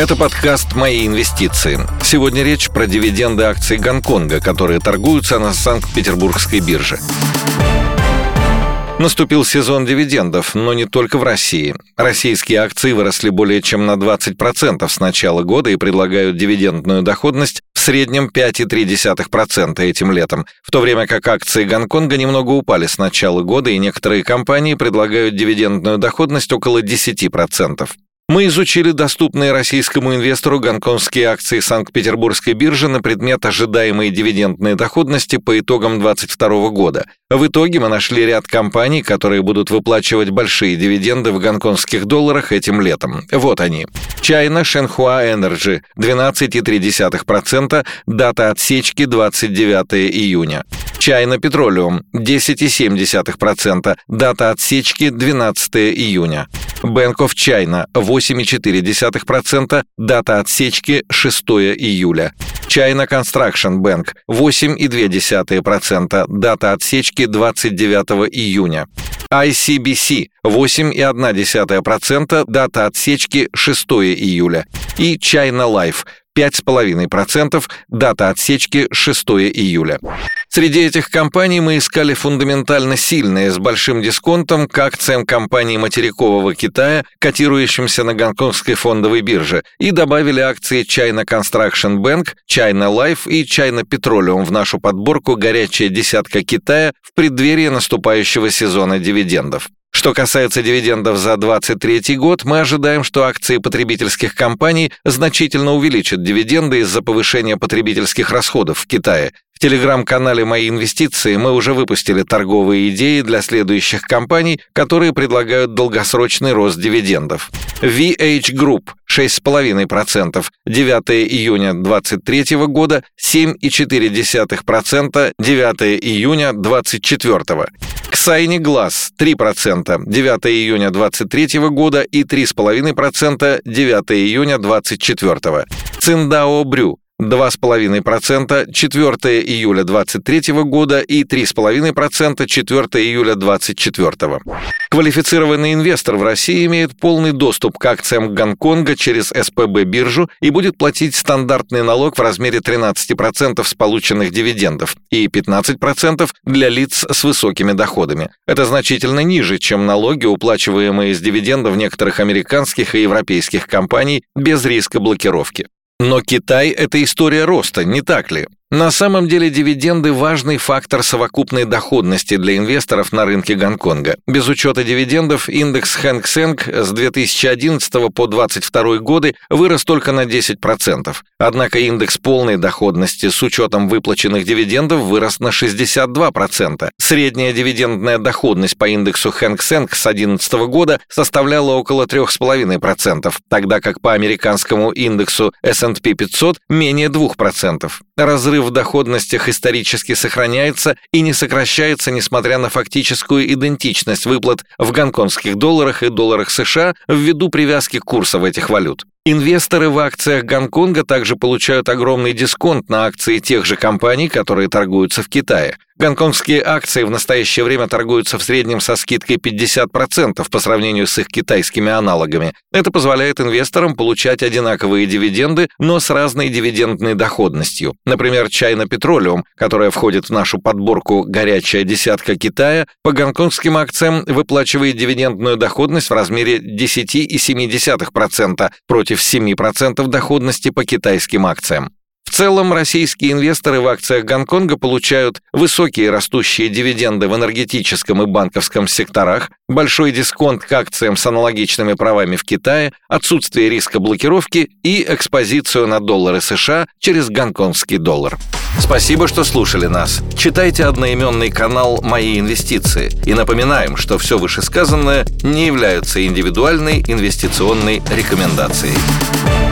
Это подкаст «Мои инвестиции». Сегодня речь про дивиденды акций Гонконга, которые торгуются на Санкт-Петербургской бирже. Наступил сезон дивидендов, но не только в России. Российские акции выросли более чем на 20% с начала года и предлагают дивидендную доходность в среднем 5,3% этим летом, в то время как акции Гонконга немного упали с начала года, и некоторые компании предлагают дивидендную доходность около 10%. Мы изучили доступные российскому инвестору гонконгские акции Санкт-Петербургской биржи на предмет ожидаемой дивидендной доходности по итогам 2022 года. В итоге мы нашли ряд компаний, которые будут выплачивать большие дивиденды в гонконгских долларах этим летом. Вот они. China Shenhua Energy 12,3%, дата отсечки 29 июня. China Petroleum 10,7%, дата отсечки 12 июня. Bank of China 8,4%, дата отсечки 6 июля. China Construction Bank 8,2%, дата отсечки 29 июня. ICBC 8,1%, дата отсечки 6 июля. И China Life 5,5%, дата отсечки 6 июля. Среди этих компаний мы искали фундаментально сильные, с большим дисконтом к акциям компаний материкового Китая, котирующимся на гонконгской фондовой бирже, и добавили акции China Construction Bank, China Life и China Petroleum в нашу подборку «Горячая десятка Китая» в преддверии наступающего сезона дивидендов. Что касается дивидендов за 2023 год, мы ожидаем, что акции потребительских компаний значительно увеличат дивиденды из-за повышения потребительских расходов в Китае. В телеграм-канале «Мои инвестиции» мы уже выпустили торговые идеи для следующих компаний, которые предлагают долгосрочный рост дивидендов. VH Group 6,5%, 9 июня 2023 года, 7,4%, 9 июня 2024. Ксайни Глаз 3%, 9 июня 2023 года и 3,5%, 9 июня 2024. Циндао Брю 2,5%, 4 июля 2023 года и 3,5%, 4 июля 2024. Квалифицированный инвестор в России имеет полный доступ к акциям Гонконга через СПБ-биржу и будет платить стандартный налог в размере 13% с полученных дивидендов и 15% для лиц с высокими доходами. Это значительно ниже, чем налоги, уплачиваемые с дивидендов некоторых американских и европейских компаний без риска блокировки. Но Китай – это история роста, не так ли? На самом деле дивиденды – важный фактор совокупной доходности для инвесторов на рынке Гонконга. Без учета дивидендов индекс Хэнк Сэнк с 2011 по 2022 годы вырос только на 10%. Однако индекс полной доходности с учетом выплаченных дивидендов вырос на 62%. Средняя дивидендная доходность по индексу Хэнк Сэнк с 2011 года составляла около 3,5%, тогда как по американскому индексу S&P 500 менее 2%. Разрыв в доходностях исторически сохраняется и не сокращается, несмотря на фактическую идентичность выплат в гонконгских долларах и долларах США ввиду привязки курсов этих валют. Инвесторы в акциях Гонконга также получают огромный дисконт на акции тех же компаний, которые торгуются в Китае. Гонконгские акции в настоящее время торгуются в среднем со скидкой 50% по сравнению с их китайскими аналогами. Это позволяет инвесторам получать одинаковые дивиденды, но с разной дивидендной доходностью. Например, China Petroleum, которая входит в нашу подборку «Горячая десятка Китая», по гонконгским акциям выплачивает дивидендную доходность в размере 10,7% против 7% доходности по китайским акциям. В целом, российские инвесторы в акциях Гонконга получают высокие растущие дивиденды в энергетическом и банковском секторах, большой дисконт к акциям с аналогичными правами в Китае, отсутствие риска блокировки и экспозицию на доллары США через гонконгский доллар. Спасибо, что слушали нас. Читайте одноименный канал «Мои инвестиции». И напоминаем, что все вышесказанное не является индивидуальной инвестиционной рекомендацией.